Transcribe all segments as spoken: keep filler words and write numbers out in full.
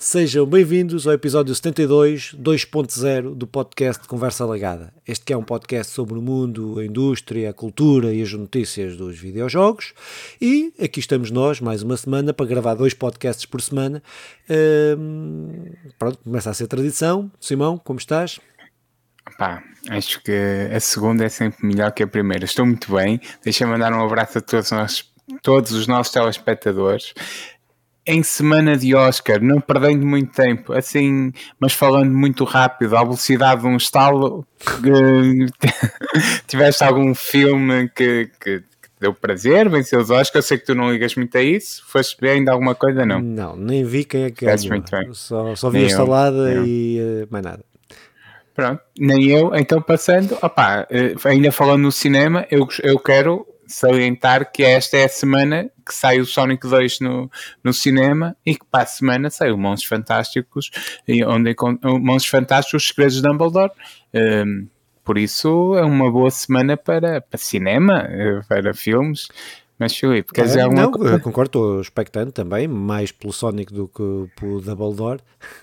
Sejam bem-vindos ao episódio setenta e dois, dois ponto zero do podcast Conversa Legada. Este que é um podcast sobre o mundo, a indústria, a cultura e as notícias dos videojogos. E aqui estamos nós, mais uma semana, para gravar dois podcasts por semana. Hum, pronto, começa a ser tradição. Simão, como estás? Pá, acho que a segunda é sempre melhor que a primeira. Estou muito bem. Deixa-me mandar um abraço a todos, nós, todos os nossos telespectadores. Em semana de Oscar, não perdendo muito tempo, assim, mas falando muito rápido, à velocidade de um estalo, tiveste algum filme que, que, que deu prazer, venceu os Oscars? Eu sei que tu não ligas muito a isso. Foste ver ainda alguma coisa, não? Não, nem vi quem é que ganhou. Só, só vi nem a salada eu, e uh, mais nada. Pronto, nem eu. Então, passando, opá, ainda falando no cinema, eu, eu quero salientar que esta é a semana que sai o Sonic dois no, no cinema e que para a semana sai o Monstros Fantásticos, onde o Monstros Fantásticos, os Segredos de Dumbledore. Um, por isso é uma boa semana para, para cinema, para filmes. Mas Filipe, quer dizer é, alguma não, coisa? Eu concordo, estou expectante também, mais pelo Sonic do que pelo Dumbledore.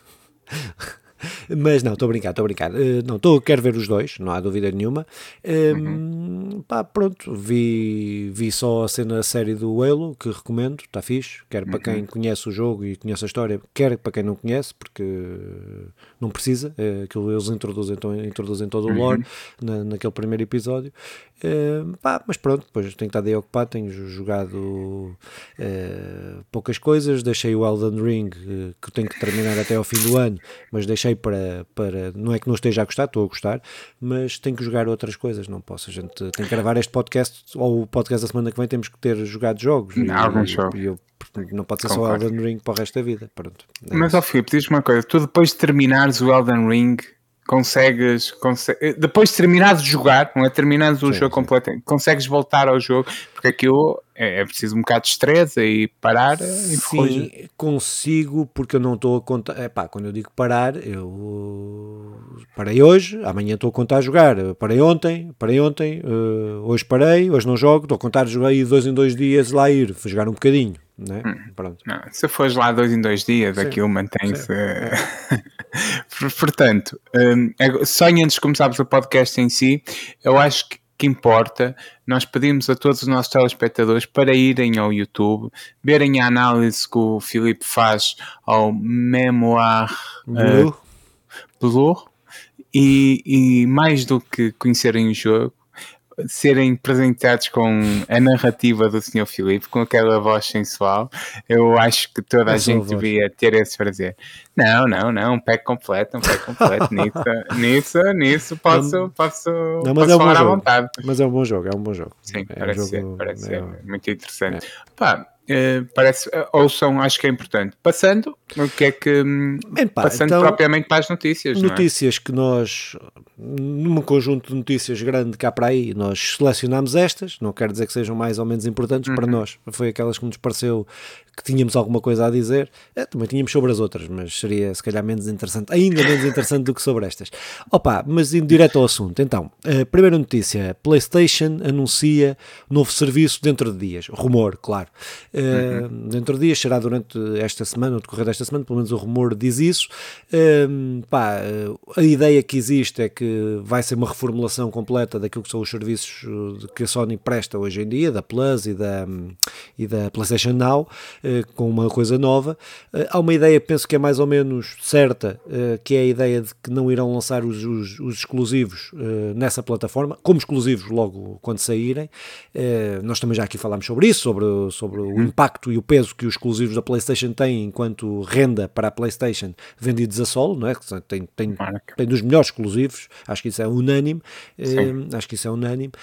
Mas não, estou a brincar, estou a brincar. Uh, não, tô, quero ver os dois, não há dúvida nenhuma. Um, uhum. Pá, pronto, vi, vi só a cena a série do Halo, que recomendo, está fixe. Quer para quem conhece o jogo e conhece a história, quer para quem não conhece, porque não precisa. É, aquilo eles introduzem, então, introduzem todo o lore uhum. na, naquele primeiro episódio. Uh, pá, mas pronto, depois tenho estado aí ocupado, tenho jogado uh, poucas coisas. Deixei o Elden Ring, uh, que tenho que terminar até ao fim do ano, mas deixei para, para, não é que não esteja a gostar, estou a gostar, mas tenho que jogar outras coisas, não posso, a gente tem que gravar este podcast, ou o podcast da semana que vem temos que ter jogado jogos, não, e, algum jogo. E eu, não pode ser Concordo. Só Elden Ring para o resto da vida. Pronto, é mas, ó Filipe, diz-me uma coisa, tu depois de terminares o Elden Ring, consegues, consegues depois de terminares de jogar, não é terminares o sim, jogo sim. completamente, consegues voltar ao jogo, porque aquilo é, é preciso um bocado de estresse e parar e sim, e consigo, porque eu não estou a contar, é pá, quando eu digo parar, eu parei hoje, amanhã estou a contar a jogar, parei ontem, parei ontem, uh, hoje parei, hoje não jogo, estou a contar, joguei dois em dois dias lá ir, fui jogar um bocadinho. Né? Hum, Pronto. Não, se fores lá dois em dois dias, sim, aquilo mantém-se. É. Portanto, um, só antes de começarmos o podcast em si, eu acho que, que importa, nós pedimos a todos os nossos telespectadores para irem ao YouTube, verem a análise que o Filipe faz ao Memoir Blue, uh, Blue e, e mais do que conhecerem o jogo, serem apresentados com a narrativa do senhor Filipe, com aquela voz sensual. Eu acho que toda a, a gente devia ter esse prazer. Não, não, não, um pack completo, um pack completo. nisso, nisso, nisso posso, não, posso, não, posso é um falar à vontade. Mas é um bom jogo, é um bom jogo. Sim, é parece um ser, jogo, parece é, ser muito interessante. É. Pá, Uh, parece, uh, ouçam, acho que é importante. Passando, o que é que Bem, pá, passando então, propriamente para as notícias, notícias não é? Que nós, num conjunto de notícias grande cá para aí, nós selecionámos estas, não quero dizer que sejam mais ou menos importantes uhum. para nós, foi aquelas que nos pareceu que tínhamos alguma coisa a dizer, é, também tínhamos sobre as outras, mas seria se calhar menos interessante, ainda menos interessante do que sobre estas. Opa, mas indo direto ao assunto, então, a primeira notícia, PlayStation anuncia novo serviço dentro de dias, rumor, claro, uhum. uh, dentro de dias, será durante esta semana, no decorrer desta semana, pelo menos o rumor diz isso. Uh, pá, a ideia que existe é que vai ser uma reformulação completa daquilo que são os serviços que a Sony presta hoje em dia, da Plus e da, e da PlayStation Now, com uma coisa nova. Há uma ideia, penso que é mais ou menos certa, que é a ideia de que não irão lançar os, os, os exclusivos nessa plataforma, como exclusivos logo quando saírem. Nós também já aqui falámos sobre isso, sobre, sobre o impacto e o peso que os exclusivos da PlayStation têm enquanto renda para a PlayStation vendidos a solo, não é? Tem, tem, tem dos melhores exclusivos, acho que isso é unânime, acho que isso é unânime,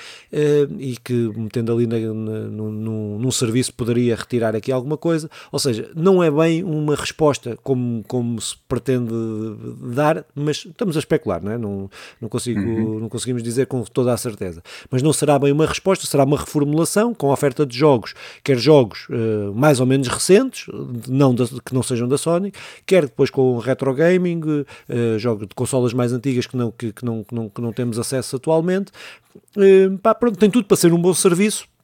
e que metendo ali na, na, num, num serviço poderia retirar aqui alguma coisa. Ou seja, não é bem uma resposta como, como se pretende dar, mas estamos a especular, não é? Não, não, consigo, uhum. não conseguimos dizer com toda a certeza. Mas não será bem uma resposta, será uma reformulação com oferta de jogos, quer jogos uh, mais ou menos recentes, não da, que não sejam da Sony, quer depois com retro gaming, uh, jogos de consolas mais antigas que não, que, que não, que não, que não temos acesso atualmente. Uh, pá, pronto, tem tudo para ser um bom serviço.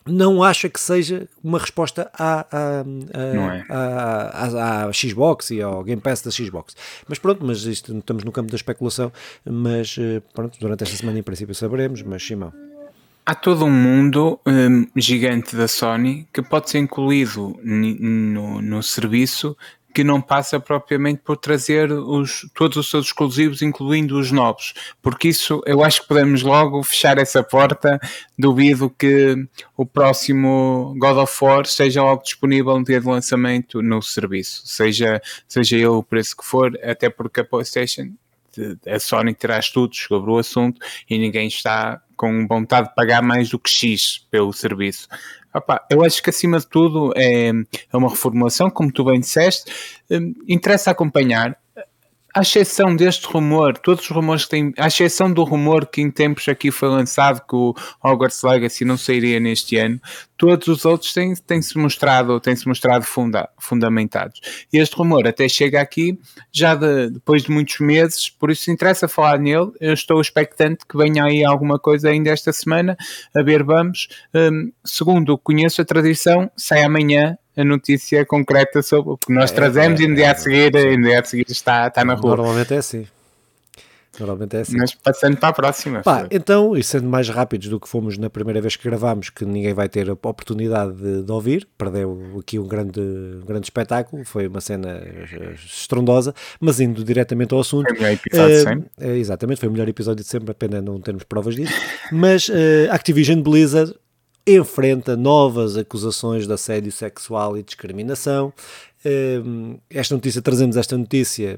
não acha que seja uma resposta à, à, Não é? à, à, à Xbox e ao Game Pass da Xbox. Mas pronto, mas isto, estamos no campo da especulação, mas pronto, durante esta semana em princípio saberemos, mas Simão. Há todo um mundo um, gigante da Sony que pode ser incluído no, no serviço, que não passa propriamente por trazer os, todos os seus exclusivos, incluindo os novos. Porque isso, eu acho que podemos logo fechar essa porta. Duvido que o próximo God of War esteja logo disponível no dia de lançamento no serviço. Seja, seja ele o preço que for, até porque a PlayStation, a Sony terá estudos sobre o assunto e ninguém está com vontade de pagar mais do que X pelo serviço. Opa, eu acho que acima de tudo é, é uma reformulação, como tu bem disseste, um, interessa acompanhar, à exceção deste rumor, todos os rumores que têm, à exceção do rumor que em tempos aqui foi lançado que o Hogwarts Legacy não sairia neste ano, todos os outros têm, têm-se mostrado, têm-se mostrado funda, fundamentados. E este rumor até chega aqui já de, depois de muitos meses, por isso interessa falar nele. Eu estou expectante que venha aí alguma coisa ainda esta semana, a ver, vamos. Um, segundo o que conheço, a tradição sai amanhã a notícia concreta sobre o que nós é, trazemos é, é, e no dia a seguir, é, no dia a seguir está, está na rua. Normalmente é assim. Normalmente é assim. Mas passando para a próxima. Pá, então, e sendo mais rápidos do que fomos na primeira vez que gravámos, que ninguém vai ter a oportunidade de, de ouvir, perdeu aqui um grande, um grande espetáculo, foi uma cena estrondosa, mas indo diretamente ao assunto. Foi o melhor episódio de sempre. Uh, exatamente, foi o melhor episódio de sempre, apenas não termos provas disso. Mas uh, Activision Blizzard enfrenta novas acusações de assédio sexual e discriminação. Esta notícia, trazemos esta notícia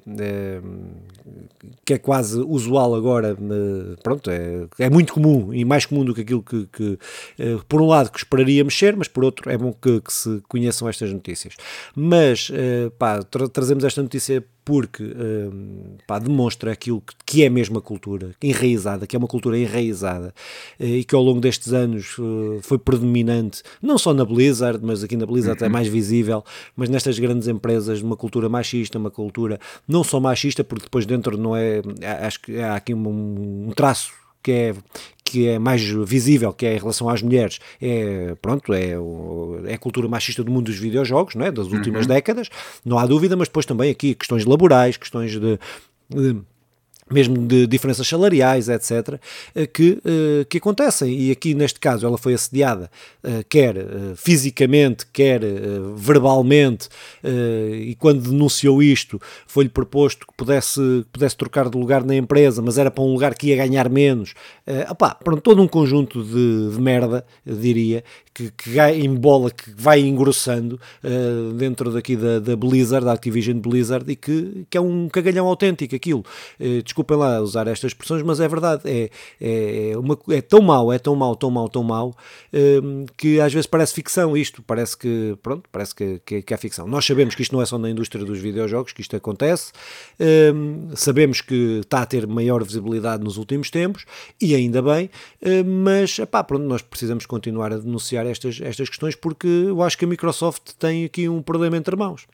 que é quase usual agora, pronto, é, é muito comum e mais comum do que aquilo que, que por um lado que esperaríamos ser, mas por outro é bom que, que se conheçam estas notícias. Mas pá, tra- trazemos esta notícia porque pá, demonstra aquilo que, que é mesmo a cultura enraizada, que é uma cultura enraizada e que ao longo destes anos foi predominante, não só na Blizzard, mas aqui na Blizzard uhum. é mais visível, mas nestas grandes empresas, de uma cultura machista, uma cultura não só machista, porque depois dentro não é, acho que há aqui um, um traço que é, que é mais visível, que é em relação às mulheres, é, pronto, é, é a cultura machista do mundo dos videojogos, não é? Das últimas uhum. décadas, não há dúvida, mas depois também aqui questões laborais, questões de... de mesmo de diferenças salariais, etcétera, que, que acontecem, e aqui neste caso ela foi assediada, quer fisicamente, quer verbalmente, e quando denunciou isto, foi-lhe proposto que pudesse, pudesse trocar de lugar na empresa, mas era para um lugar que ia ganhar menos, opá, pronto, todo um conjunto de, de merda, eu diria, que, que embola, que vai engrossando uh, dentro daqui da, da Blizzard, da Activision Blizzard, e que, que é um cagalhão autêntico aquilo. Uh, desculpem lá usar estas expressões, mas é verdade, é, é, uma, é tão mau, é tão mau, tão mau, tão mau, uh, que às vezes parece ficção isto, parece que, pronto, parece que, que, que é ficção. Nós sabemos que isto não é só na indústria dos videojogos que isto acontece, uh, sabemos que está a ter maior visibilidade nos últimos tempos, e ainda bem, uh, mas, epá, pronto, nós precisamos continuar a denunciar Estas, estas questões, porque eu acho que a Microsoft tem aqui um problema entre mãos,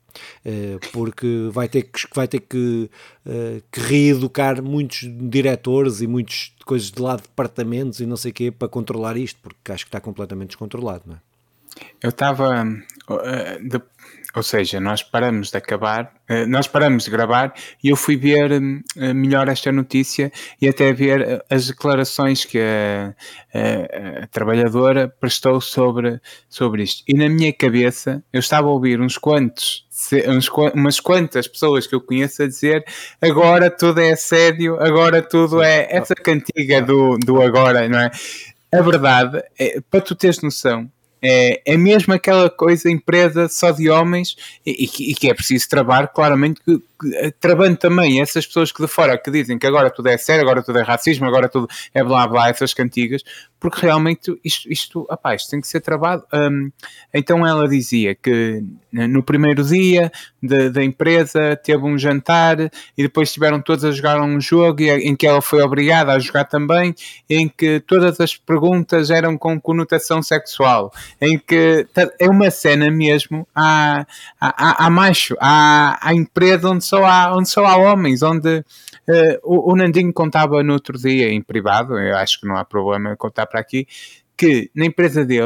porque vai ter que, vai ter que, que reeducar muitos diretores e muitas coisas de lá de departamentos e não sei o quê para controlar isto, porque acho que está completamente descontrolado, não é? Eu estava, uh, de, ou seja, nós paramos de acabar, uh, nós paramos de gravar e eu fui ver uh, melhor esta notícia e até ver as declarações que a, a, a trabalhadora prestou sobre, sobre isto. E na minha cabeça eu estava a ouvir uns quantos, uns, umas quantas pessoas que eu conheço a dizer agora tudo é assédio, agora tudo é essa cantiga do, do agora, não é? A verdade, é, para tu teres noção, É, é mesmo aquela coisa, empresa só de homens e, e, e que é preciso trabalhar, claramente, que, que, travando também essas pessoas que de fora que dizem que agora tudo é sério, agora tudo é racismo, agora tudo é blá blá, essas cantigas, porque realmente isto, isto, apá, isto tem que ser travado. Um, então ela dizia que no primeiro dia de, da empresa teve um jantar e depois estiveram todos a jogar um jogo e, em que ela foi obrigada a jogar também, em que todas as perguntas eram com conotação sexual, em que é uma cena mesmo à, à, à macho, à, à empresa onde só há, onde só há homens, onde uh, o, o Nandinho contava no outro dia em privado, eu acho que não há problema contar para aqui, que na empresa dele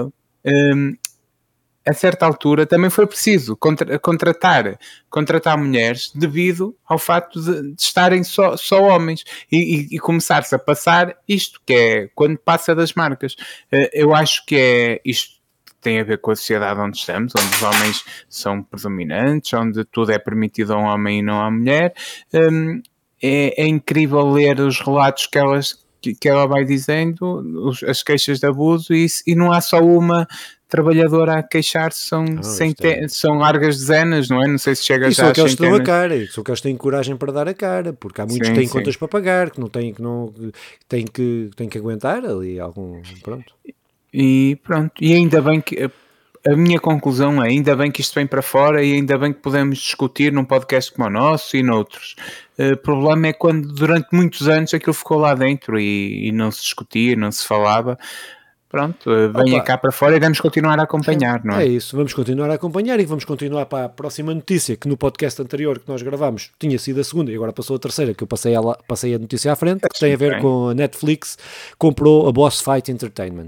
um, a certa altura também foi preciso contra, contratar, contratar mulheres devido ao facto de, de estarem só, só homens e, e, e começar-se a passar isto, que é quando passa das marcas. Uh, eu acho que é isto tem a ver com a sociedade onde estamos, onde os homens são predominantes, onde tudo é permitido a um homem e não à mulher. Um, é, é incrível ler os relatos que elas que ela vai dizendo, os, as queixas de abuso, e, e não há só uma trabalhadora a queixar-se, são, oh, centen- é. são largas dezenas, não é? Não sei se chega e já a centenas. E são aqueles que dão a cara, e são aqueles que têm coragem para dar a cara, porque há muitos sim, que têm sim. contas para pagar, que não têm que, não, têm que, têm que aguentar ali algum, pronto. E pronto, e ainda bem que... A minha conclusão é, ainda bem que isto vem para fora e ainda bem que podemos discutir num podcast como o nosso e noutros. O problema é quando durante muitos anos aquilo ficou lá dentro e, e não se discutia, não se falava. Pronto, venha cá para fora e vamos continuar a acompanhar, não é? É isso, vamos continuar a acompanhar e vamos continuar para a próxima notícia, que no podcast anterior que nós gravámos tinha sido a segunda e agora passou a terceira, que eu passei a, passei a notícia à frente, que tem a ver com a Netflix, comprou a Boss Fight Entertainment.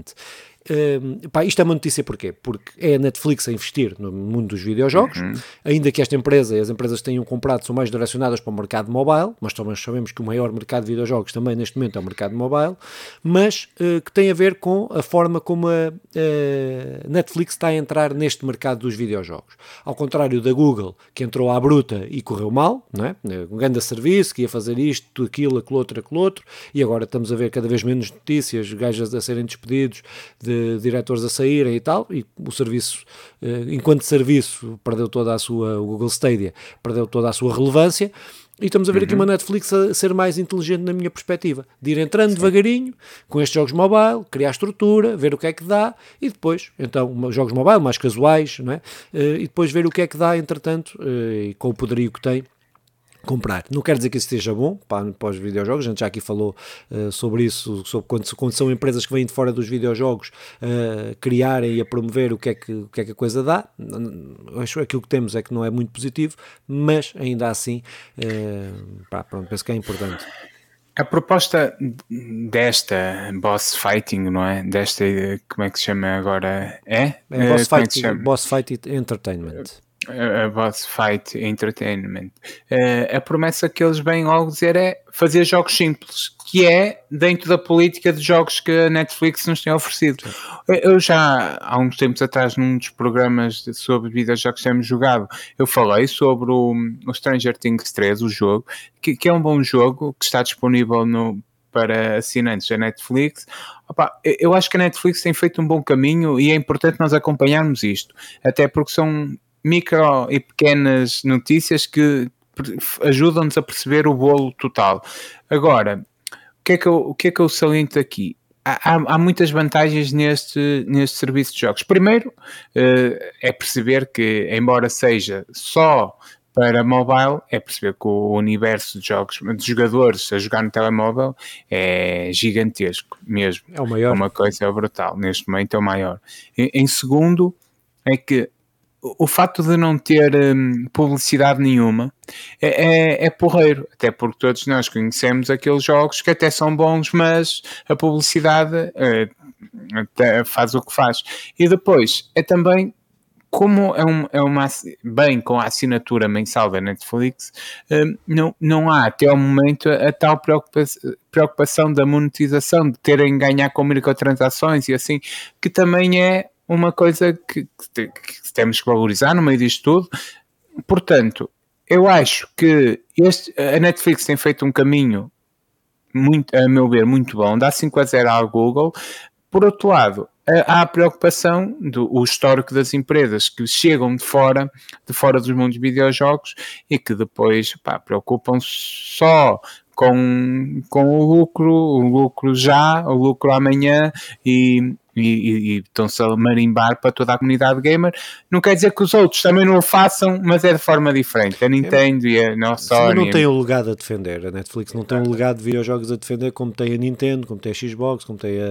Uh, pá, isto é uma notícia porquê? Porque é a Netflix a investir no mundo dos videojogos, uhum. ainda que esta empresa e as empresas que tenham comprado são mais direcionadas para o mercado mobile, mas também sabemos que o maior mercado de videojogos também neste momento é o mercado mobile, mas uh, que tem a ver com a forma como a uh, Netflix está a entrar neste mercado dos videojogos. Ao contrário da Google, que entrou à bruta e correu mal, não é? Um grande serviço, que ia fazer isto, aquilo, aquilo outro, aquilo outro, e agora estamos a ver cada vez menos notícias, gajos a serem despedidos, de diretores a saírem e tal, e o serviço, enquanto serviço, perdeu toda a sua, o Google Stadia, perdeu toda a sua relevância, e estamos a ver uhum. aqui uma Netflix a ser mais inteligente na minha perspectiva, de ir entrando Sim. devagarinho, com estes jogos mobile, criar estrutura, ver o que é que dá, e depois, então, jogos mobile mais casuais, não é? E depois ver o que é que dá, entretanto, e com o poderio que tem, comprar. Não quer dizer que isso esteja bom para, para os videojogos, a gente já aqui falou uh, sobre isso, sobre quando, quando são empresas que vêm de fora dos videojogos uh, criarem e a promover o que, é que, o que é que a coisa dá. Acho que aquilo que temos é que não é muito positivo, mas ainda assim uh, pá, pronto, penso que é importante. A proposta desta Boss Fighting, não é? Desta, como é que se chama agora? É? é Boss, Fight, é Boss Fight Entertainment. A Boss Fight Entertainment. Uh, a promessa que eles vêm logo dizer é fazer jogos simples, que é dentro da política de jogos que a Netflix nos tem oferecido. Eu já, há uns tempos atrás, num dos programas sobre videojogos que temos jogado, eu falei sobre o, o Stranger Things três, o jogo, que, que é um bom jogo, que está disponível no para assinantes da Netflix. Opa, eu acho que a Netflix tem feito um bom caminho e é importante nós acompanharmos isto, até porque são micro e pequenas notícias que ajudam-nos a perceber o bolo total. Agora, o que é que eu, o que é que eu saliento aqui? Há, há, há muitas vantagens neste, neste serviço de jogos. Primeiro, uh, é perceber que, embora seja só para mobile, é perceber que o universo de jogos, de jogadores a jogar no telemóvel é gigantesco mesmo. É o maior. É uma coisa brutal. Neste momento é o maior. Em, em segundo, é que o facto de não ter hum, publicidade nenhuma é, é, é porreiro, até porque todos nós conhecemos aqueles jogos que até são bons, mas a publicidade é, até faz o que faz. E depois, é também, como é, um, é uma, bem com a assinatura mensal da Netflix, hum, não, não há até ao momento a, a tal preocupação, preocupação da monetização, de terem ganhar com microtransações e assim, que também é uma coisa que, que, que temos que valorizar no meio disto tudo. Portanto, eu acho que este, a Netflix tem feito um caminho, muito, a meu ver, muito bom, dá cinco a zero ao Google. Por outro lado, há a preocupação do o histórico das empresas que chegam de fora, de fora dos mundos de videojogos e que depois pá, preocupam-se só com, com o lucro, o lucro já, o lucro amanhã e E, e, e estão-se a marimbar para toda a comunidade gamer. Não quer dizer que os outros também não o façam, mas é de forma diferente. A Nintendo é, e a não Sony... não tem o legado a defender. A Netflix não tem um legado de videojogos a defender como tem a Nintendo, como tem a Xbox, como tem a,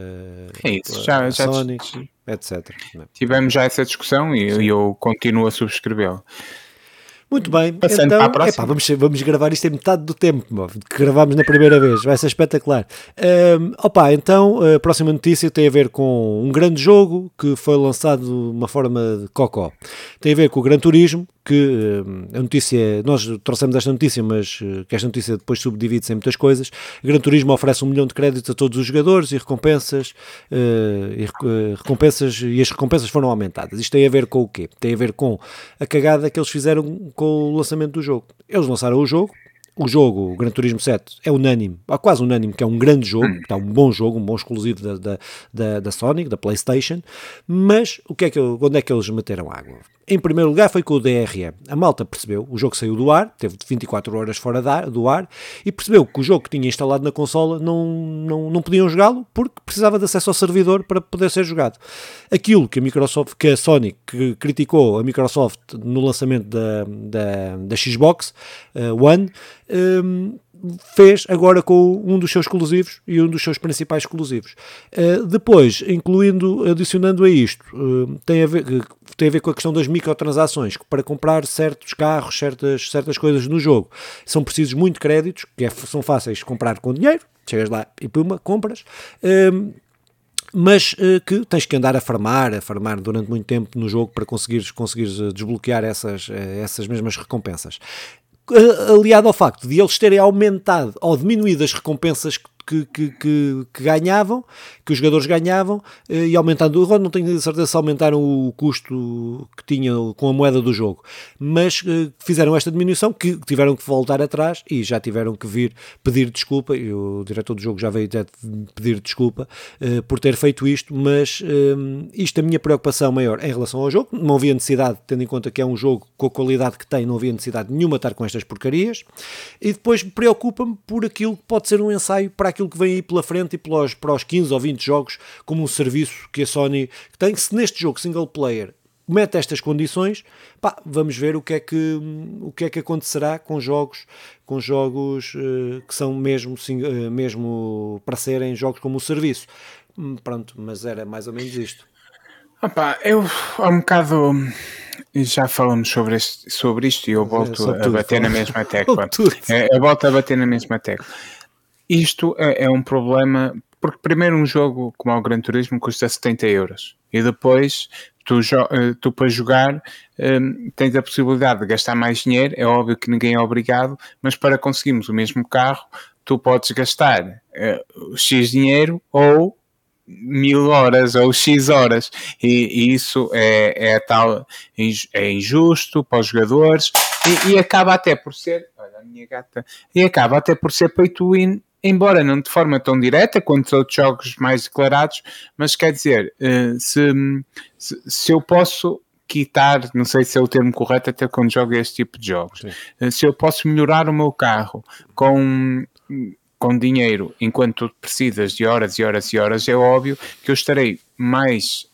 é isso, a, já, a já Sony, etcétera. Tivemos já essa discussão e eu, eu continuo a subscrevê-la. Muito bem, Passando então para a próxima. epá, vamos, vamos gravar isto em metade do tempo que gravámos na primeira vez, vai ser espetacular. Um, opa, então a próxima notícia tem a ver com um grande jogo que foi lançado de uma forma de cocó. Tem a ver com o Gran Turismo, que a notícia, nós trouxemos esta notícia, mas que esta notícia depois subdivide-se em muitas coisas. O Gran Turismo oferece um milhão de créditos a todos os jogadores e recompensas, uh, e recompensas e as recompensas foram aumentadas. Isto tem a ver com o quê? Tem a ver com a cagada que eles fizeram com o lançamento do jogo. Eles lançaram o jogo. O jogo, o Gran Turismo sete, é unânime, quase unânime, que é um grande jogo, que é um bom jogo, um bom exclusivo da, da, da, da Sony, da PlayStation, mas o que é que, onde é que eles meteram água? Em primeiro lugar foi com o D R M. A malta percebeu, o jogo saiu do ar, teve vinte e quatro horas fora do ar, e percebeu que o jogo que tinha instalado na consola não, não, não podiam jogá-lo porque precisava de acesso ao servidor para poder ser jogado. Aquilo que a Microsoft, que a Sony que criticou a Microsoft no lançamento da, da, da Xbox uh, One, um, fez agora com um dos seus exclusivos e um dos seus principais exclusivos. Uh, depois, incluindo, adicionando a isto, uh, tem, a ver, tem a ver com a questão das microtransações, que para comprar certos carros, certas, certas coisas no jogo, são precisos muito créditos, que é, são fáceis de comprar com dinheiro, chegas lá e puma, compras, um, mas uh, que tens que andar a farmar, a farmar durante muito tempo no jogo para conseguires, conseguires desbloquear essas, essas mesmas recompensas. Aliado ao facto de eles terem aumentado ou diminuído as recompensas que, que, que, que ganhavam, que os jogadores ganhavam, e aumentando, agora não tenho certeza se aumentaram o custo que tinham com a moeda do jogo, mas fizeram esta diminuição, que tiveram que voltar atrás e já tiveram que vir pedir desculpa, e o diretor do jogo já veio até pedir desculpa uh, por ter feito isto, mas um, isto é a minha preocupação maior em relação ao jogo. Não havia necessidade, tendo em conta que é um jogo com a qualidade que tem, não havia necessidade nenhuma de estar com estas porcarias, e depois preocupa-me por aquilo que pode ser um ensaio para aquilo que vem aí pela frente e pelos, para os quinze ou vinte jogos, como um serviço que a Sony tem. Se neste jogo single player mete estas condições, pá, vamos ver o que é que, o que é que acontecerá com jogos, com jogos uh, que são mesmo, uh, mesmo para serem jogos como um serviço. Pronto, mas era mais ou menos isto. Opa, eu há um bocado já falamos sobre, este, sobre isto e eu volto é, a bater na mesma tecla. É, eu volto a bater na mesma tecla. Isto é, é um problema, porque primeiro um jogo como é o Gran Turismo custa setenta euros e depois tu, tu para jogar um, tens a possibilidade de gastar mais dinheiro. É óbvio que ninguém é obrigado, mas para conseguirmos o mesmo carro tu podes gastar uh, X dinheiro ou mil horas ou X horas e, e isso é, é tal, é injusto para os jogadores e, e acaba até por ser, olha a minha gata, e acaba até por ser pay to win, embora não de forma tão direta quanto outros jogos mais declarados, mas quer dizer, se, se, se eu posso quitar, não sei se é o termo correto até quando jogo este tipo de jogos, Sim. se eu posso melhorar o meu carro com com dinheiro, enquanto tu precisas de horas e horas e horas, é óbvio que eu estarei mais,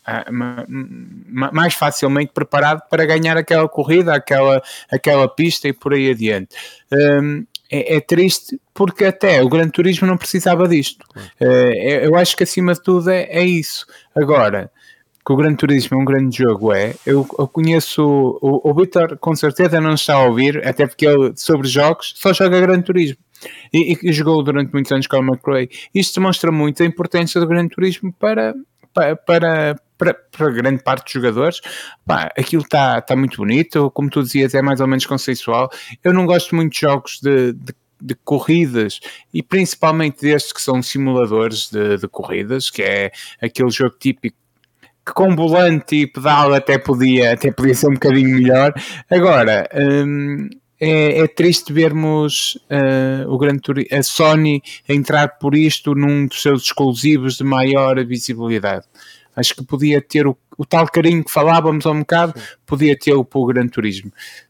uh, mais facilmente preparado para ganhar aquela corrida, aquela, aquela pista e por aí adiante. Um, é, é triste porque até o Gran Turismo não precisava disto. Uh, eu acho que acima de tudo é, é isso. Agora, que o Gran Turismo é um grande jogo, é. Eu, eu conheço o, o Vítor, com certeza não está a ouvir, até porque ele, sobre jogos, só joga Gran Turismo. E, e jogou durante muitos anos com o McRae. Isto demonstra muito a importância do Gran Turismo para, para, para, para, para grande parte dos jogadores. Pá, aquilo está tá muito bonito, como tu dizias, é mais ou menos consensual. Eu não gosto muito de jogos de, de de corridas e principalmente destes que são simuladores de, de corridas, que é aquele jogo típico que com volante e pedal até podia, até podia ser um bocadinho melhor. Agora, hum, é, é triste vermos uh, o Gran Turismo, a Sony entrar por isto num dos seus exclusivos de maior visibilidade. Acho que podia ter o, o tal carinho que falávamos há um bocado, podia ter o para o Gran Turismo.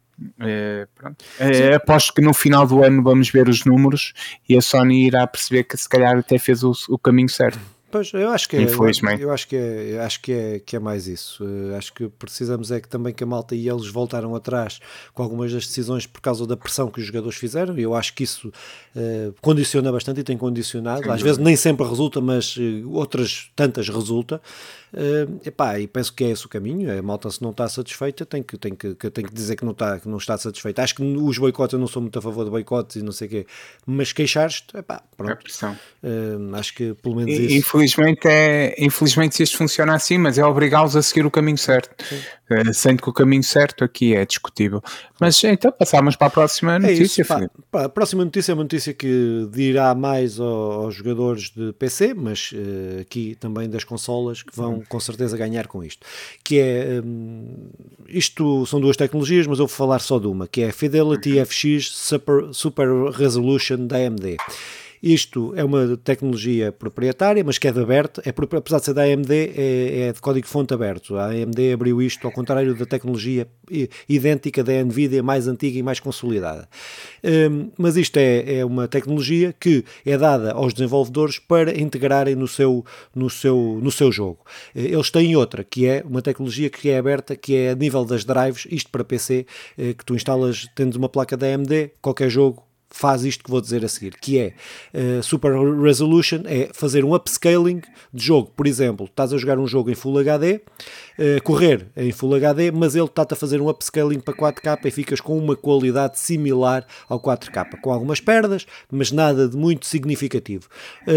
Uh, pronto. Uh, aposto que no final do ano vamos ver os números e a Sony irá perceber que se calhar até fez o, o caminho certo. Pois, eu acho que é, Infelizmente. eu acho que é, acho que é, que é mais isso. Uh, acho que precisamos é que também que a malta e eles voltaram atrás com algumas das decisões por causa da pressão que os jogadores fizeram, e eu acho que isso uh, condiciona bastante e tem condicionado. Às vezes nem sempre resulta, mas uh, outras tantas resulta. Uh, epá, e penso que é esse o caminho. A malta, se não está satisfeita, tem que, tem que, que, tem que dizer que não está, que não está satisfeita. Acho que os boicotes, eu não sou muito a favor de boicotes e não sei o quê, mas queixar-te, epá, pronto. Uh, acho que pelo menos e, isso. Infelizmente, é, infelizmente isto funciona assim, mas é obrigá-los a seguir o caminho certo. Uh, sendo que o caminho certo aqui é discutível. Mas então passamos para a próxima notícia. É isso, pá, pá, a próxima notícia é uma notícia que dirá mais aos, aos jogadores de P C, mas uh, aqui também das consolas que vão com certeza ganhar com isto. Que é, um, isto são duas tecnologias, mas eu vou falar só de uma, que é a Fidelity F X Super, Super Resolution da A M D. Isto é uma tecnologia proprietária, mas que é de aberto, é, apesar de ser da A M D, é, é de código-fonte aberto. A A M D abriu isto ao contrário da tecnologia idêntica da NVIDIA, mais antiga e mais consolidada. Um, mas isto é, é uma tecnologia que é dada aos desenvolvedores para integrarem no seu, no, seu, no seu jogo. Eles têm outra, que é uma tecnologia que é aberta, que é a nível das drives, isto para P C, que tu instalas, tendo uma placa da A M D, qualquer jogo faz isto que vou dizer a seguir, que é uh, Super Resolution, é fazer um upscaling de jogo. Por exemplo, estás a jogar um jogo em Full H D, uh, correr em Full H D, mas ele está-te a fazer um upscaling para quatro K e ficas com uma qualidade similar ao quatro K, com algumas perdas, mas nada de muito significativo.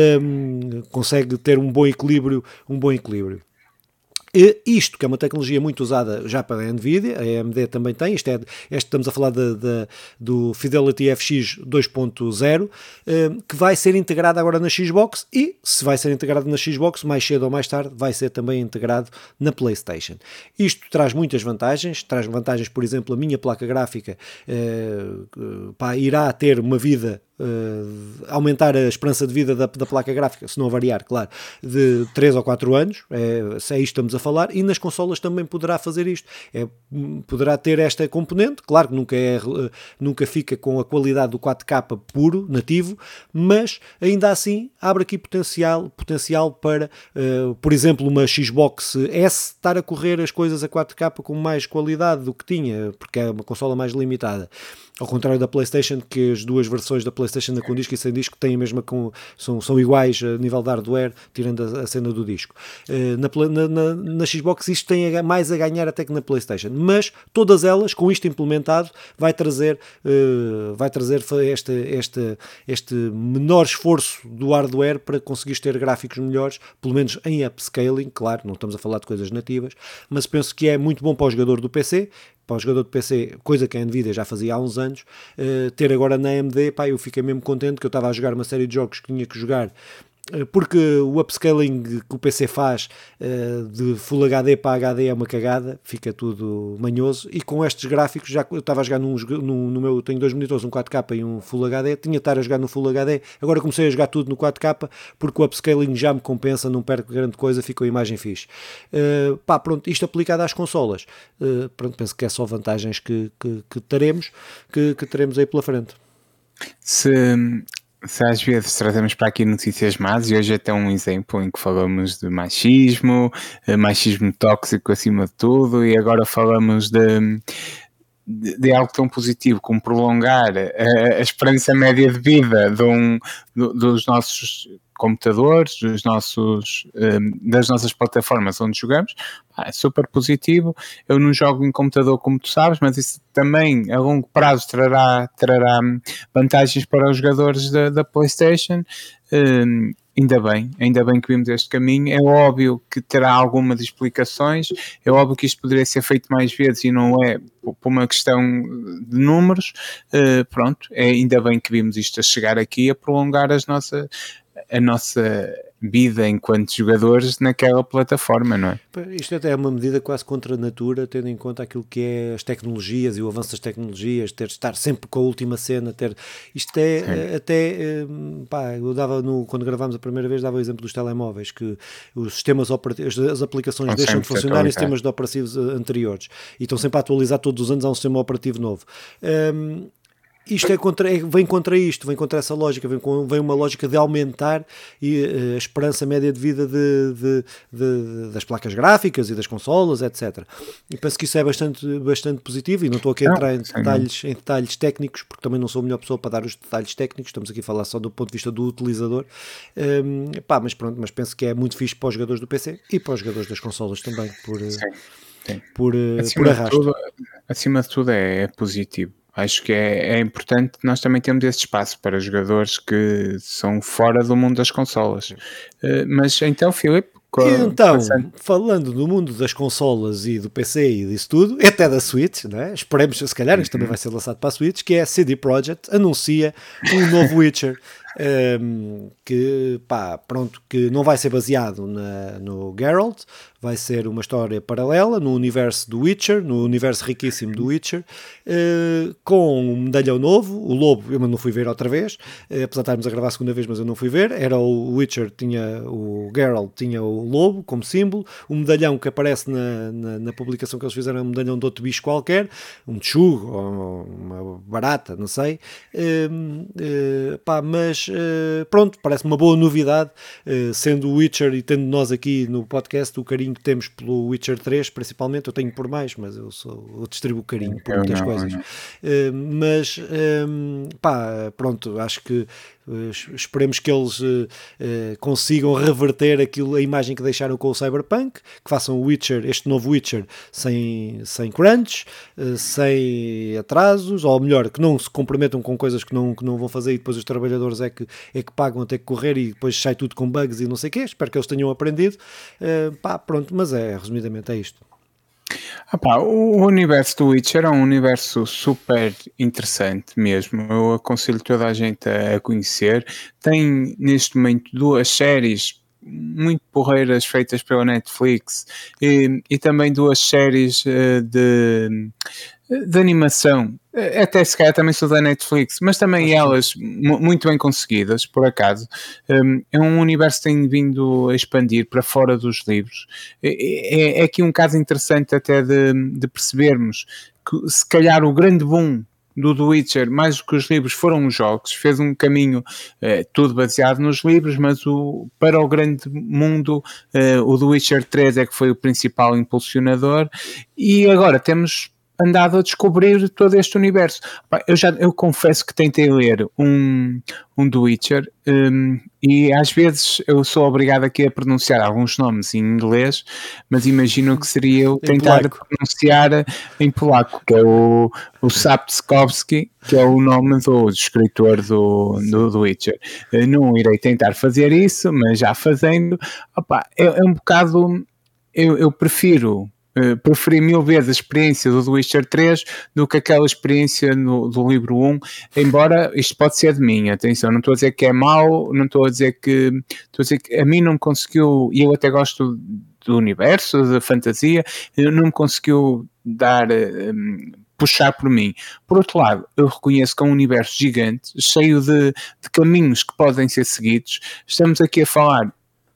Um, consegue ter um bom equilíbrio, um bom equilíbrio. E isto, que é uma tecnologia muito usada já para a NVIDIA, a A M D também tem, isto é, este estamos a falar de, de, do Fidelity F X dois ponto zero, que vai ser integrado agora na Xbox e, se vai ser integrado na Xbox, mais cedo ou mais tarde, vai ser também integrado na PlayStation. Isto traz muitas vantagens, traz vantagens, por exemplo, a minha placa gráfica eh, pá, irá ter uma vida Uh, aumentar a esperança de vida da, da placa gráfica, se não variar, claro, de três ou quatro anos, é, se é isto que estamos a falar, e nas consolas também poderá fazer isto, é, poderá ter esta componente, claro que nunca, é, nunca fica com a qualidade do quatro K puro, nativo, mas ainda assim abre aqui potencial, potencial para, uh, por exemplo, uma Xbox S estar a correr as coisas a quatro K com mais qualidade do que tinha, porque é uma consola mais limitada. Ao contrário da PlayStation, que as duas versões da PlayStation com disco e sem disco têm a mesma com, são, são iguais a nível de hardware, tirando a, a cena do disco. Uh, na, na, na Xbox isto tem a, mais a ganhar até que na PlayStation, mas todas elas, com isto implementado, vai trazer, uh, vai trazer este, este, este menor esforço do hardware para conseguir ter gráficos melhores, pelo menos em upscaling, claro, não estamos a falar de coisas nativas, mas penso que é muito bom para o jogador do P C, para o jogador de P C, coisa que a NVIDIA já fazia há uns anos, uh, ter agora na A M D, pá, eu fiquei mesmo contente que eu estava a jogar uma série de jogos que tinha que jogar, uh, porque o upscaling que o P C faz uh, de Full H D para H D é uma cagada, fica tudo manhoso, e com estes gráficos, já eu estava a jogar num, num, no meu, tenho dois monitores, um quatro K e um Full H D, tinha de estar a jogar no Full H D, agora comecei a jogar tudo no quatro K, porque o upscaling já me compensa, não perco grande coisa, ficou a imagem fixe. Uh, pá, pronto, isto aplicado às consolas, uh, pronto, penso que é só vantagens que, que, que teremos, que, que teremos aí pela frente. Se... Se às vezes trazemos para aqui notícias más, e hoje até um exemplo em que falamos de machismo, machismo tóxico acima de tudo, e agora falamos de, de, de algo tão positivo como prolongar a, a esperança média de vida de um, do, dos nossos computadores, dos nossos, um, das nossas plataformas onde jogamos. Ah, é super positivo. Eu não jogo em computador, como tu sabes, mas isso também a longo prazo trará, trará vantagens para os jogadores da, da PlayStation. Um, ainda bem, ainda bem que vimos este caminho. É óbvio que terá algumas explicações, é óbvio que isto poderia ser feito mais vezes e não é por uma questão de números. Uh, pronto, é ainda bem que vimos isto a chegar aqui, a prolongar as nossas, a nossa vida enquanto jogadores naquela plataforma, não é? Isto até é uma medida quase contra a natura, tendo em conta aquilo que é as tecnologias e o avanço das tecnologias, ter estar sempre com a última cena, ter isto é Sim. até pá, eu dava no, quando gravámos a primeira vez, dava o exemplo dos telemóveis, que os sistemas operativos, as aplicações Não deixam de funcionar em sistemas de operativos anteriores e estão sempre a atualizar todos os anos, há um sistema operativo novo. Um, isto é contra, é, vem contra isto, vem contra essa lógica, vem, com, vem uma lógica de aumentar e, uh, a esperança média de vida de, de, de, das placas gráficas e das consolas, etcétera. E penso que isso é bastante, bastante positivo, e não estou aqui a entrar em detalhes, em detalhes técnicos, porque também não sou a melhor pessoa para dar os detalhes técnicos, estamos aqui a falar só do ponto de vista do utilizador, um, pá, mas pronto, mas penso que é muito fixe para os jogadores do P C e para os jogadores das consolas também, por, sim, sim. por, acima por arrasto. De tudo, acima de tudo é, é positivo. Acho que é, é importante nós também termos esse espaço para jogadores que são fora do mundo das consolas. Uh, mas então, Filipe, então, passando. Falando do mundo das consolas e do P C e disso tudo, e até da Switch, né? Esperemos, se calhar, isto uhum. também vai ser lançado para a Switch, que é a C D Projekt anuncia um novo Witcher. Um, que, pá, pronto, que não vai ser baseado na, no Geralt, vai ser uma história paralela no universo do Witcher, no universo riquíssimo do Witcher, uh, com um medalhão novo, o lobo, eu não fui ver outra vez, uh, apesar de estarmos a gravar a segunda vez, mas eu não fui ver, era o Witcher, tinha o Geralt, tinha o lobo como símbolo, o medalhão que aparece na, na, na publicação que eles fizeram é um medalhão de outro bicho qualquer, um tchugo, ou uma barata, não sei, uh, uh, pá, mas Uh, pronto, parece uma boa novidade, uh, sendo o Witcher e tendo nós aqui no podcast o carinho que temos pelo Witcher três, principalmente. Eu tenho por mais, mas eu, sou, eu distribuo carinho por eu muitas não, coisas, uh, mas um, pá, pronto, acho que Uh, esperemos que eles uh, uh, consigam reverter aquilo, a imagem que deixaram com o Cyberpunk, que façam o Witcher, este novo Witcher sem, sem crunch, uh, sem atrasos, ou melhor, que não se comprometam com coisas que não, que não vão fazer e depois os trabalhadores é que, é que pagam a ter que correr e depois sai tudo com bugs e não sei o quê. Espero que eles tenham aprendido. Uh, pá, pronto, mas é, resumidamente é isto. Ah pá, o universo do Witcher é um universo super interessante mesmo, eu aconselho toda a gente a conhecer. Tem neste momento duas séries muito porreiras feitas pela Netflix e, e também duas séries uh, de, de animação, até se calhar também são da Netflix, mas também elas m- muito bem conseguidas, por acaso. Um, é um universo que tem vindo a expandir para fora dos livros. É, é, é aqui um caso interessante até de, de percebermos que se calhar o grande boom do The Witcher, mais do que os livros, foram os jogos, fez um caminho eh, tudo baseado nos livros, mas o, para o grande mundo eh, o The Witcher três é que foi o principal impulsionador, e agora temos andado a descobrir todo este universo. Eu, já, eu confesso que tentei ler um, um The Witcher um, e às vezes eu sou obrigado aqui a pronunciar alguns nomes em inglês, mas imagino que seria eu tentar pronunciar em polaco, que é o, o Sapkowski, que é o nome do escritor do, do The Witcher. Eu não irei tentar fazer isso, mas já fazendo, opa, é, é um bocado... Eu, eu prefiro... Uh, preferi mil vezes a experiência do The Witcher três do que aquela experiência no, do livro um, embora isto pode ser de mim, atenção, não estou a dizer que é mau, não estou a dizer que, estou a dizer que a mim não me conseguiu, e eu até gosto do universo, da fantasia, não me conseguiu dar... Um, puxar por mim. Por outro lado, eu reconheço que é um universo gigante, cheio de, de caminhos que podem ser seguidos. Estamos aqui a falar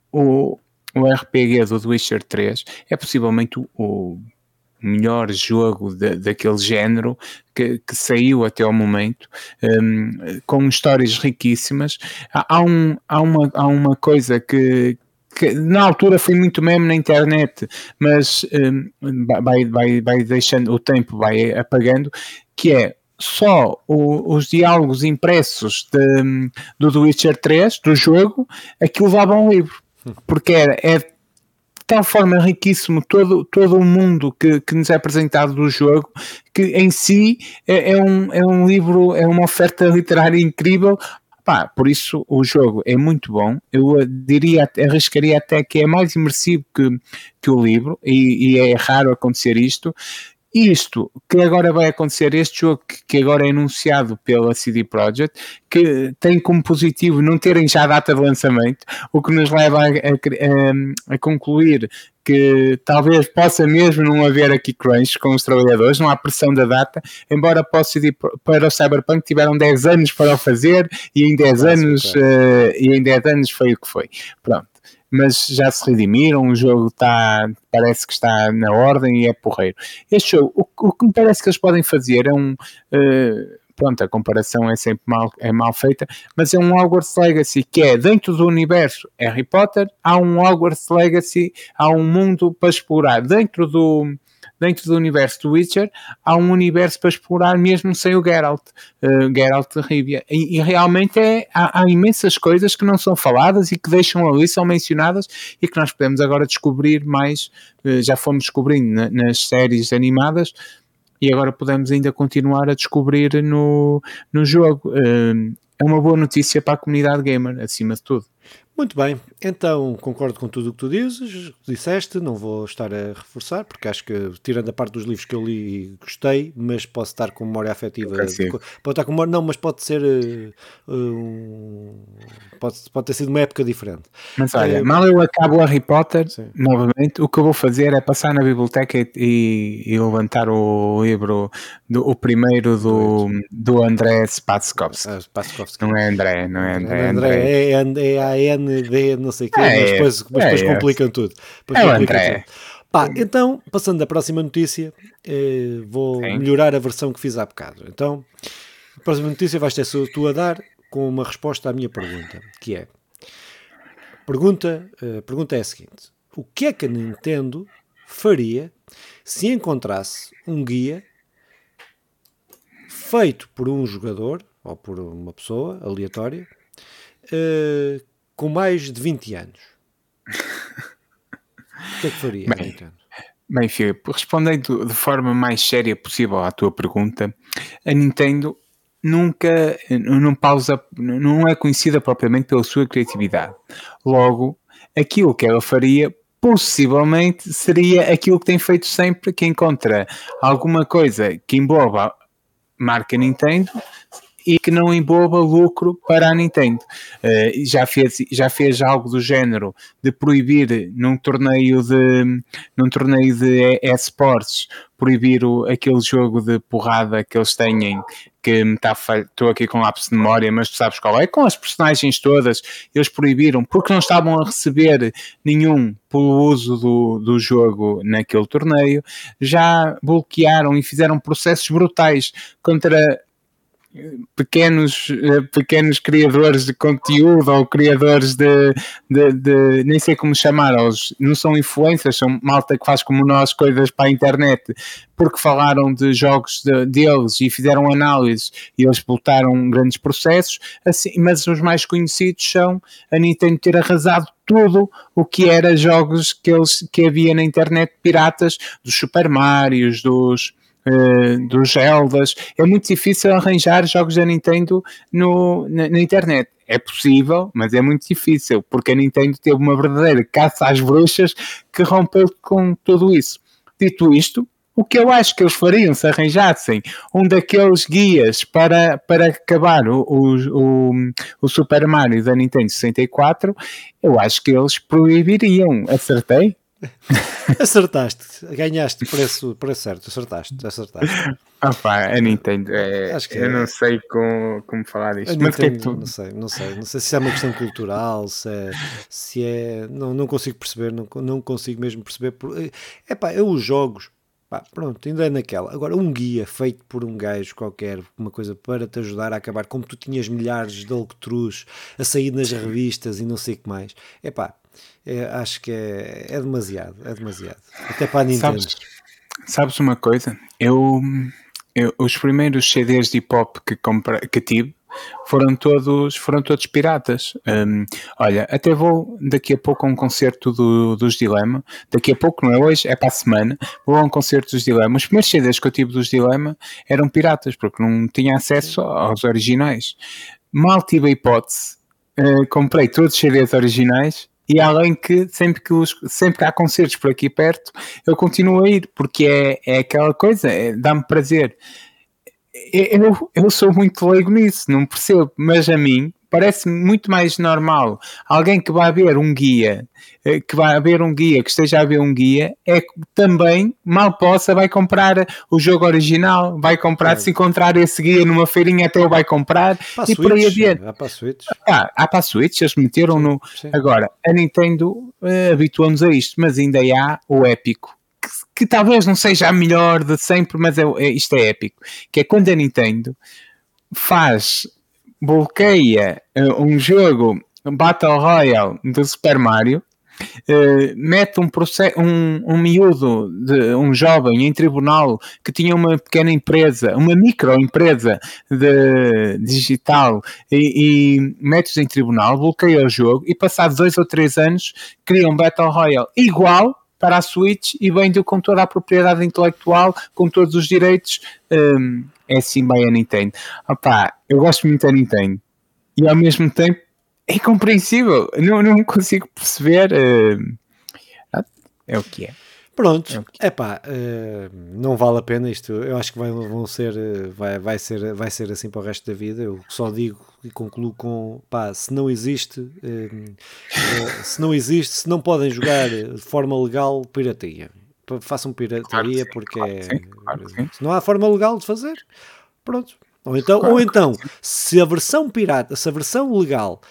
o O R P G do The Witcher três é possivelmente o, o melhor jogo de, daquele género que, que saiu até ao momento, um, com histórias riquíssimas. Há, há, um, há, uma, há uma coisa que, que na altura foi muito meme na internet, mas um, vai, vai, vai deixando, o tempo vai apagando, que é só o, os diálogos impressos de, do The Witcher três, do jogo, aquilo dava um livro. Porque é, é de tal forma riquíssimo todo, todo o mundo que, que nos é apresentado do jogo, que em si é, é, um, é um livro, é uma oferta literária incrível. Pá, por isso o jogo é muito bom. Eu diria, arriscaria até que é mais imersivo que, que o livro, e, e é raro acontecer isto. Isto que agora vai acontecer, este jogo que agora é anunciado pela C D Projekt, que tem como positivo não terem já a data de lançamento, o que nos leva a, a, a concluir que talvez possa mesmo não haver aqui crunch com os trabalhadores, não há pressão da data, embora para o, C D, para o Cyberpunk tiveram dez anos para o fazer, e em dez anos, uh, e em dez anos foi o que foi. Pronto. Mas já se redimiram, o jogo está, parece que está na ordem e é porreiro. Este jogo, o, o que me parece que eles podem fazer é um... Uh, pronto, a comparação é sempre mal, é mal feita, mas é um Hogwarts Legacy que é dentro do universo Harry Potter, há um Hogwarts Legacy, há um mundo para explorar dentro do dentro do universo do Witcher, há um universo para explorar mesmo sem o Geralt, uh, Geralt de Rivia. E, e realmente é, há, há imensas coisas que não são faladas e que deixam ali, são mencionadas e que nós podemos agora descobrir mais, uh, já fomos descobrindo na, nas séries animadas e agora podemos ainda continuar a descobrir no, no jogo. Uh, é uma boa notícia para a comunidade gamer, acima de tudo. Muito bem, então concordo com tudo o que tu dizes, disseste, não vou estar a reforçar, porque acho que, tirando a parte dos livros que eu li, gostei, mas posso estar com memória afetiva, pode estar com memória, não, mas pode ser, uh, um, pode, pode ter sido uma época diferente. Mas olha, é, mal eu acabo o Harry Potter, sim. novamente, o que eu vou fazer é passar na biblioteca e, e levantar o livro, do, o primeiro do, do André Spaskovski. Ah, Spaskovski. Não é André, não é André. É, André, é, é, é a N D, não sei o quê, é, mas depois, mas depois é, complicam é. tudo. Depois é complicam tudo. Pá, então, passando à próxima notícia, eh, vou Sim. melhorar a versão que fiz há bocado. Então, a próxima notícia vais ter tu a dar com uma resposta à minha pergunta, que é, pergunta, a pergunta é a seguinte, o que é que a Nintendo faria se encontrasse um guia feito por um jogador, ou por uma pessoa aleatória, eh, com mais de vinte anos? O que é que faria? Bem, bem Filipe, respondendo de forma mais séria possível à tua pergunta, a Nintendo nunca, não pausa, não é conhecida propriamente pela sua criatividade. Logo, aquilo que ela faria possivelmente seria aquilo que tem feito sempre, que encontra alguma coisa que envolva a marca Nintendo e que não envolva lucro para a Nintendo. Uh, já, fez, já fez algo do género de proibir num torneio de, num torneio de eSports, proibir o, aquele jogo de porrada que eles têm, que me está estou aqui com lápis de memória, mas tu sabes qual é, com as personagens todas, eles proibiram porque não estavam a receber nenhum pelo uso do, do jogo naquele torneio. Já bloquearam e fizeram processos brutais contra pequenos, pequenos criadores de conteúdo ou criadores de, de, de nem sei como chamar, eles não são influencers, são malta que faz como nós coisas para a internet, porque falaram de jogos de, deles e fizeram análises e eles botaram grandes processos, assim, mas os mais conhecidos são a Nintendo ter arrasado tudo o que era jogos que, eles, que havia na internet piratas, dos Super Marios, dos Uh, dos Zeldas. É muito difícil arranjar jogos da Nintendo no, na, na internet. É possível, mas é muito difícil, porque a Nintendo teve uma verdadeira caça às bruxas que rompeu com tudo isso. Dito isto, o que eu acho que eles fariam se arranjassem um daqueles guias para, para acabar o, o, o, o Super Mario da Nintendo sessenta e quatro, eu acho que eles proibiriam. Acertei? Acertaste, ganhaste preço, preço certo, acertaste, acertaste. Ah pá, a Nintendo, é, Acho que eu é. não sei como, como falar disto. Mas Nintendo, que é que tu... não sei, não sei, não sei se é uma questão cultural, se é, se é não, não consigo perceber, não, não consigo mesmo perceber. É pá, eu os jogos, pá, pronto, ainda é naquela. Agora, um guia feito por um gajo qualquer, uma coisa para te ajudar a acabar, como tu tinhas milhares de alcatruz a sair nas revistas e não sei o que mais, é pá. É, acho que é, é demasiado, é demasiado. Até para a Nintendo. Sabes, sabes uma coisa? Eu, eu, os primeiros C Ds de hip-hop que, compre, que tive foram todos, foram todos piratas. Um, olha, até vou daqui a pouco a um concerto do, dos Dilema. Daqui a pouco, não é hoje, é para a semana. Vou a um concerto dos Dilema. Os primeiros C Ds que eu tive dos Dilema eram piratas, porque não tinha acesso aos originais. Mal tive a hipótese, uh, comprei todos os C Ds originais. E além que sempre que, os, sempre que há concertos por aqui perto, eu continuo a ir, porque é, é aquela coisa, é, dá-me prazer. Eu, eu sou muito leigo nisso, não percebo, mas a mim parece-me muito mais normal alguém que vai ver um guia, que vai ver um guia, que esteja a ver um guia, é que também, mal possa, vai comprar o jogo original, vai comprar, é. Se encontrar esse guia numa feirinha até o vai comprar, para e Switch, por aí adiante. Há para Switch. Ah, há para a Switch, eles meteram sim, no... Sim. Agora, a Nintendo uh, habituou-nos a isto, mas ainda há o épico, que, que talvez não seja a melhor de sempre, mas é, é, isto é épico, que é quando a Nintendo faz, bloqueia uh, um jogo Battle Royale do Super Mario, uh, mete um, um, um miúdo, de, um jovem em tribunal que tinha uma pequena empresa, uma microempresa de digital e, e mete-os em tribunal, bloqueia o jogo e passados dois ou três anos cria um Battle Royale igual para a Switch e vende-o com toda a propriedade intelectual, com todos os direitos. Um, é assim bem a Nintendo. Opá, eu gosto muito da Nintendo e ao mesmo tempo é incompreensível, não, não consigo perceber. Uh, é o que é. Pronto, é pá, uh, não vale a pena isto. Eu acho que vai, vão ser, uh, vai, vai, ser, vai ser assim para o resto da vida. Eu só digo e concluo com pá, se não existe, uh, uh, se não existe, se não podem jogar de forma legal, pirateia. Façam pirataria, claro sim, porque claro é, sim, claro se não há forma legal de fazer, pronto. Ou então, claro, ou então se a versão pirata, se a versão legal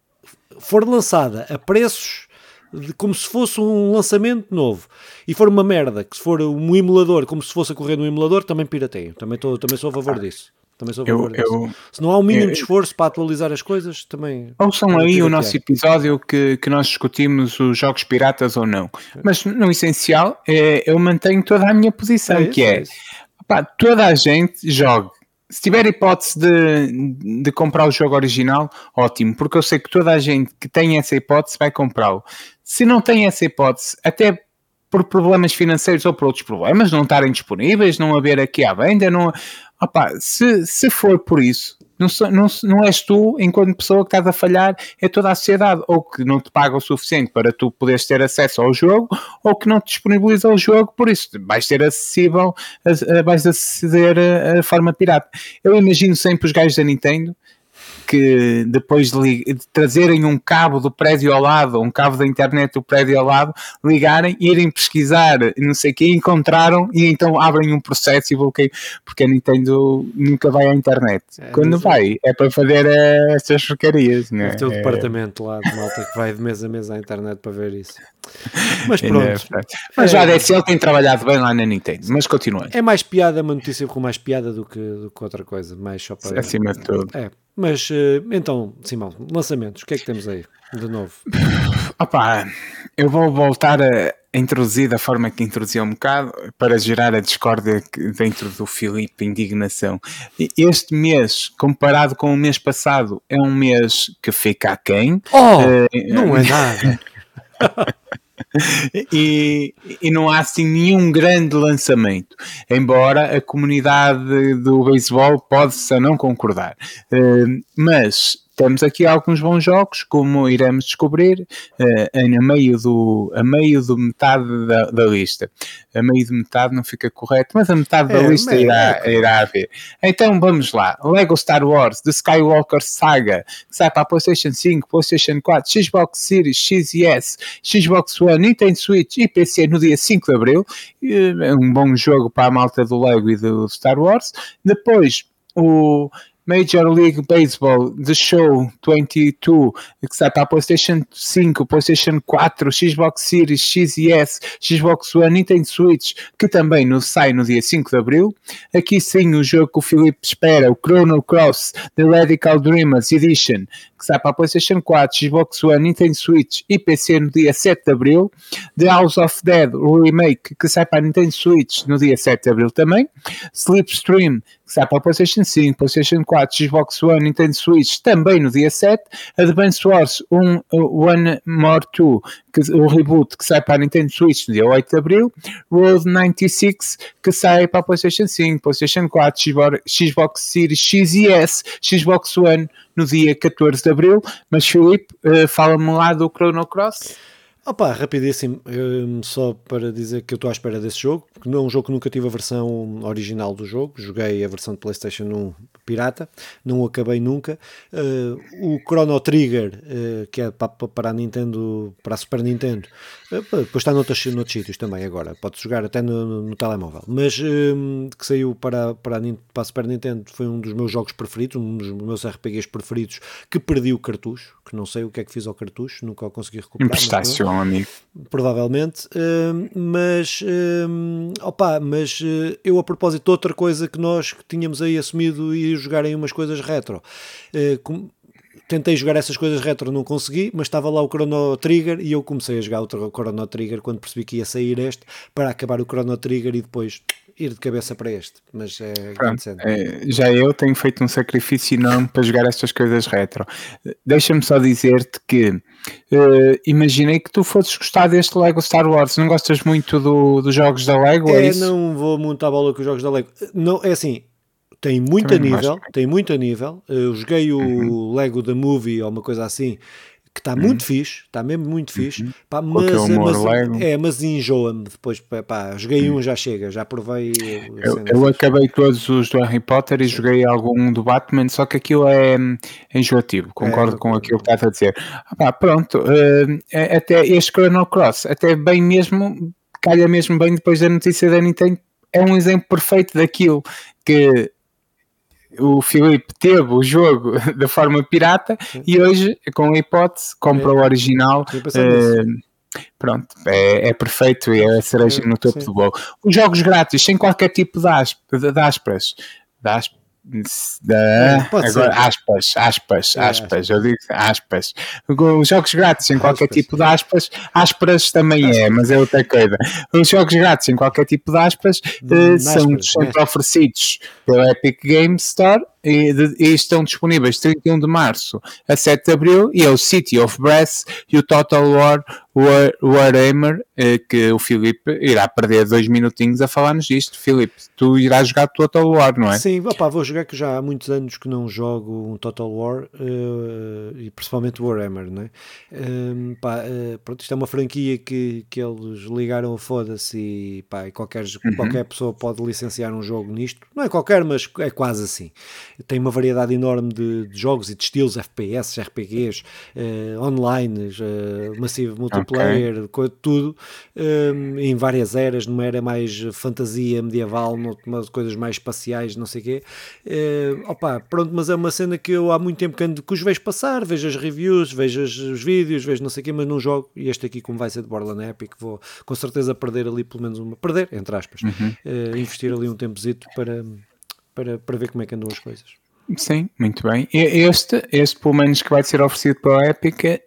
for lançada a preços de, como se fosse um lançamento novo e for uma merda, que se for um emulador, como se fosse a correr no emulador, também pirateio. Também, tô, também sou a favor disso. Também sou a favor eu, disso. Eu, se não há um mínimo eu, de esforço para atualizar as coisas, também... Ouçam aí o nosso episódio que, que nós discutimos os jogos piratas ou não. Mas no essencial, é, eu mantenho toda a minha posição, é isso, que é, é pá, toda a gente joga. Se tiver hipótese de, de comprar o jogo original, ótimo, porque eu sei que toda a gente que tem essa hipótese vai comprá-lo. Se não tem essa hipótese, até por problemas financeiros ou por outros problemas, não estarem disponíveis, não haver aqui à venda, não, opa, se, se for por isso, não, não, não és tu, enquanto pessoa, que estás a falhar, é toda a sociedade, ou que não te paga o suficiente para tu poderes ter acesso ao jogo, ou que não te disponibiliza o jogo, por isso vais ter acessível, vais aceder a, a forma pirata. Eu imagino sempre os gajos da Nintendo que depois de, de trazerem um cabo do prédio ao lado, um cabo da internet do prédio ao lado, ligarem, irem pesquisar, não sei o que, encontraram e então abrem um processo e bloqueiam, porque a Nintendo nunca vai à internet. É, quando vai, é para fazer uh, essas porcarias. Deve ter o é, departamento lá de malta que vai de mês a mês à internet para ver isso. Mas pronto. É, mas já a D S L tem trabalhado bem lá na Nintendo, mas continua. É mais piada, uma notícia com mais piada do que, do que outra coisa, mais só para... Acima de tudo. É. Mas, então, Simão, lançamentos, o que é que temos aí de novo? Opa, eu vou voltar a introduzir da forma que introduzi um bocado, para gerar a discórdia dentro do Filipe, indignação. Este mês, comparado com o mês passado, é um mês que fica aquém. Oh, uh, não é nada. E, e não há assim nenhum grande lançamento, embora a comunidade do beisebol possa não concordar, uh, mas temos aqui alguns bons jogos, como iremos descobrir uh, a, meio do, a meio do metade da, da lista. A meio de metade não fica correto, mas a metade é, da lista é, irá, é, irá haver. Então vamos lá. Lego Star Wars The Skywalker Saga, que sai para a PlayStation cinco, PlayStation quatro, Xbox Series X e S, Xbox One, Nintendo Switch e P C no dia cinco de Abril. É um bom jogo para a malta do Lego e do Star Wars. Depois o Major League Baseball The Show vinte e dois, que sai para a PlayStation cinco, PlayStation quatro, Xbox Series X e S, Xbox One, Nintendo Switch, que também no, sai no dia cinco de Abril. Aqui sim o jogo que o Filipe espera, o Chrono Cross The Radical Dreamers Edition, que sai para a PlayStation quatro, Xbox One, Nintendo Switch e P C no dia sete de Abril. The House of Dead o Remake, que sai para a Nintendo Switch no dia sete de Abril também. Slipstream, que sai para a PlayStation cinco, PlayStation quatro, Xbox One, Nintendo Switch, também no dia sete. Advance Wars um, One More two, que, o reboot, que sai para a Nintendo Switch no dia oito de Abril. Road noventa e seis, que sai para a PlayStation cinco, PlayStation quatro, Xbox Series X e S, Xbox One no dia catorze de Abril. Mas Filipe, uh, fala-me lá do Chrono Cross. Opa, rapidíssimo, um, só para dizer que eu estou à espera desse jogo, porque não é um jogo que nunca tive a versão original do jogo, joguei a versão de PlayStation um pirata, não o acabei nunca. Uh, o Chrono Trigger, uh, que é para, para a Nintendo, para a Super Nintendo, Depois está noutros, noutros sítios também agora, pode jogar até no, no, no telemóvel, mas um, que saiu para, para, a, para a Super Nintendo, foi um dos meus jogos preferidos, um dos meus R P Gs preferidos, que perdi o cartucho, que não sei o que é que fiz ao cartucho, nunca o consegui recuperar. Emprestaste um amigo. Provavelmente, um, mas um, opa, mas uh, eu a propósito de outra coisa que nós que tínhamos aí assumido e jogar em umas coisas retro, uh, com, tentei jogar essas coisas retro, não consegui, mas estava lá o Chrono Trigger e eu comecei a jogar o Chrono Trigger quando percebi que ia sair este, para acabar o Chrono Trigger e depois ir de cabeça para este. Mas é, Pronto, é, já eu tenho feito um sacrifício enorme para jogar estas coisas retro. Deixa-me só dizer-te que uh, imaginei que tu fosses gostar deste Lego Star Wars. Não gostas muito do, dos jogos da Lego? É, é isso? Não vou muito à bola com os jogos da Lego. Não, é assim, tem muito a nível, tem muito a nível. Eu joguei o uhum. Lego The Movie ou uma coisa assim, que está uhum. muito fixe, está mesmo muito fixe, uhum. pá, mas, mas, é, mas enjoa-me depois, pá, joguei uhum. um, já chega, já provei. Eu, eu acabei todos os do Harry Potter e Sim. joguei algum do Batman, só que aquilo é, é enjoativo, concordo é, com é, aquilo que estás a dizer. Ah, pá, pronto, uh, até este Chrono Cross, até bem mesmo, calha mesmo bem depois da notícia da Nintendo, é um exemplo perfeito daquilo que o Filipe teve o jogo da forma pirata Sim. e hoje, com a hipótese, compra é. o original. Uh, pronto, é, é perfeito e é a cereja no topo do bolo. Os jogos grátis, sem qualquer tipo de, asp, de, de aspas, de aspas Da, é, agora, ser. aspas, aspas, é, aspas, aspas, eu digo aspas. Os jogos grátis em qualquer aspas. tipo de aspas, aspas também aspas. é, mas é outra coisa. Os jogos grátis em qualquer tipo de aspas uh, são sempre oferecidos pela Epic Games Store e, de, e estão disponíveis trinta e um de março a sete de abril e é o City of Brass e o Total War War, Warhammer, eh, que o Filipe irá perder dois minutinhos a falar-nos disto. Filipe, tu irás jogar Total War, não é? Sim, opa, vou jogar, que já há muitos anos que não jogo um Total War uh, e principalmente Warhammer, não é? Um, pá, uh, pronto, isto é uma franquia que, que eles ligaram a foda-se e, pá, e qualquer, uhum. qualquer pessoa pode licenciar um jogo nisto, não é qualquer, mas é quase assim. Tem uma variedade enorme de, de jogos e de estilos, F P S, R P Gs, uh, online, uh, Massive Multiplayer, okay. tudo, um, em várias eras, numa era mais fantasia medieval, numa, coisas mais espaciais, não sei o quê. Uh, opa, pronto, mas é uma cena que eu há muito tempo que, ando, que os vejo passar, vejo as reviews, vejo os vídeos, vejo não sei o quê, mas não jogo, e este aqui, como vai ser de borla na Epic, vou com certeza perder ali pelo menos uma, perder, entre aspas, uhum. uh, investir ali um tempozito para... Para, para ver como é que andam as coisas. Sim, muito bem. Este, este pelo menos que vai ser oferecido pela Epic, é,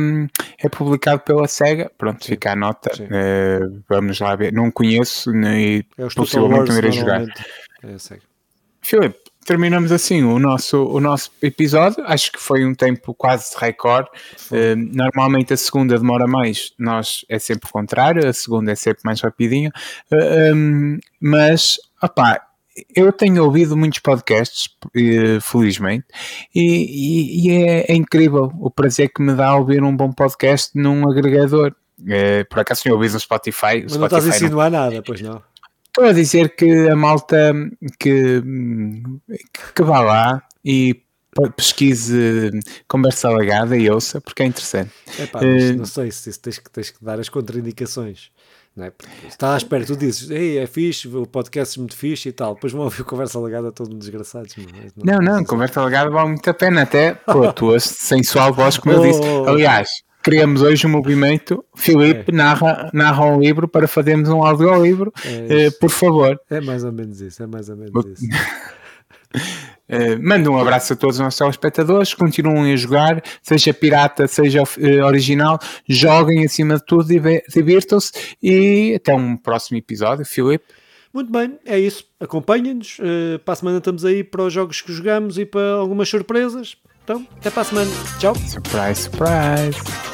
é publicado pela SEGA. Pronto, Sim. fica a nota. Uh, vamos lá ver. Não conheço e é possivelmente não irei jogar. É a SEGA. Filipe, terminamos assim o nosso, o nosso episódio. Acho que foi um tempo quase de recorde. Uh, normalmente a segunda demora mais. Nós é sempre o contrário. A segunda é sempre mais rapidinho. Uh, um, mas, opá, eu tenho ouvido muitos podcasts, felizmente, e, e, e é, é incrível o prazer que me dá ouvir um bom podcast num agregador. É, por acaso tenho ouvido no Spotify. Mas Spotify não estás a insinuar não... nada, pois não? Estou a dizer que a malta que, que vá lá e pesquise Conversa Alagada e ouça, porque é interessante. Epá, mas uh, não sei se tens que, tens que dar as contraindicações. Não é? Está à espera, tu dizes, ei, é fixe, o podcast é muito fixe e tal, depois vão ouvir Conversa Alagada todos desgraçados. Não, não, não Conversa Alagada vale muito a pena, até pela tua sensual voz, como oh, eu disse. Aliás, criamos hoje um movimento, Filipe é. narra, narra um livro para fazermos um audiolivro, é uh, por favor. É mais ou menos isso, é mais ou menos isso. Uh, mando um abraço a todos os nossos telespectadores, continuem a jogar, seja pirata, seja uh, original, joguem acima de tudo, divirtam-se e até um próximo episódio, Filipe. Muito bem, é isso, acompanhem-nos, uh, para a semana estamos aí para os jogos que jogamos e para algumas surpresas, então até para a semana, tchau. Surprise, surprise.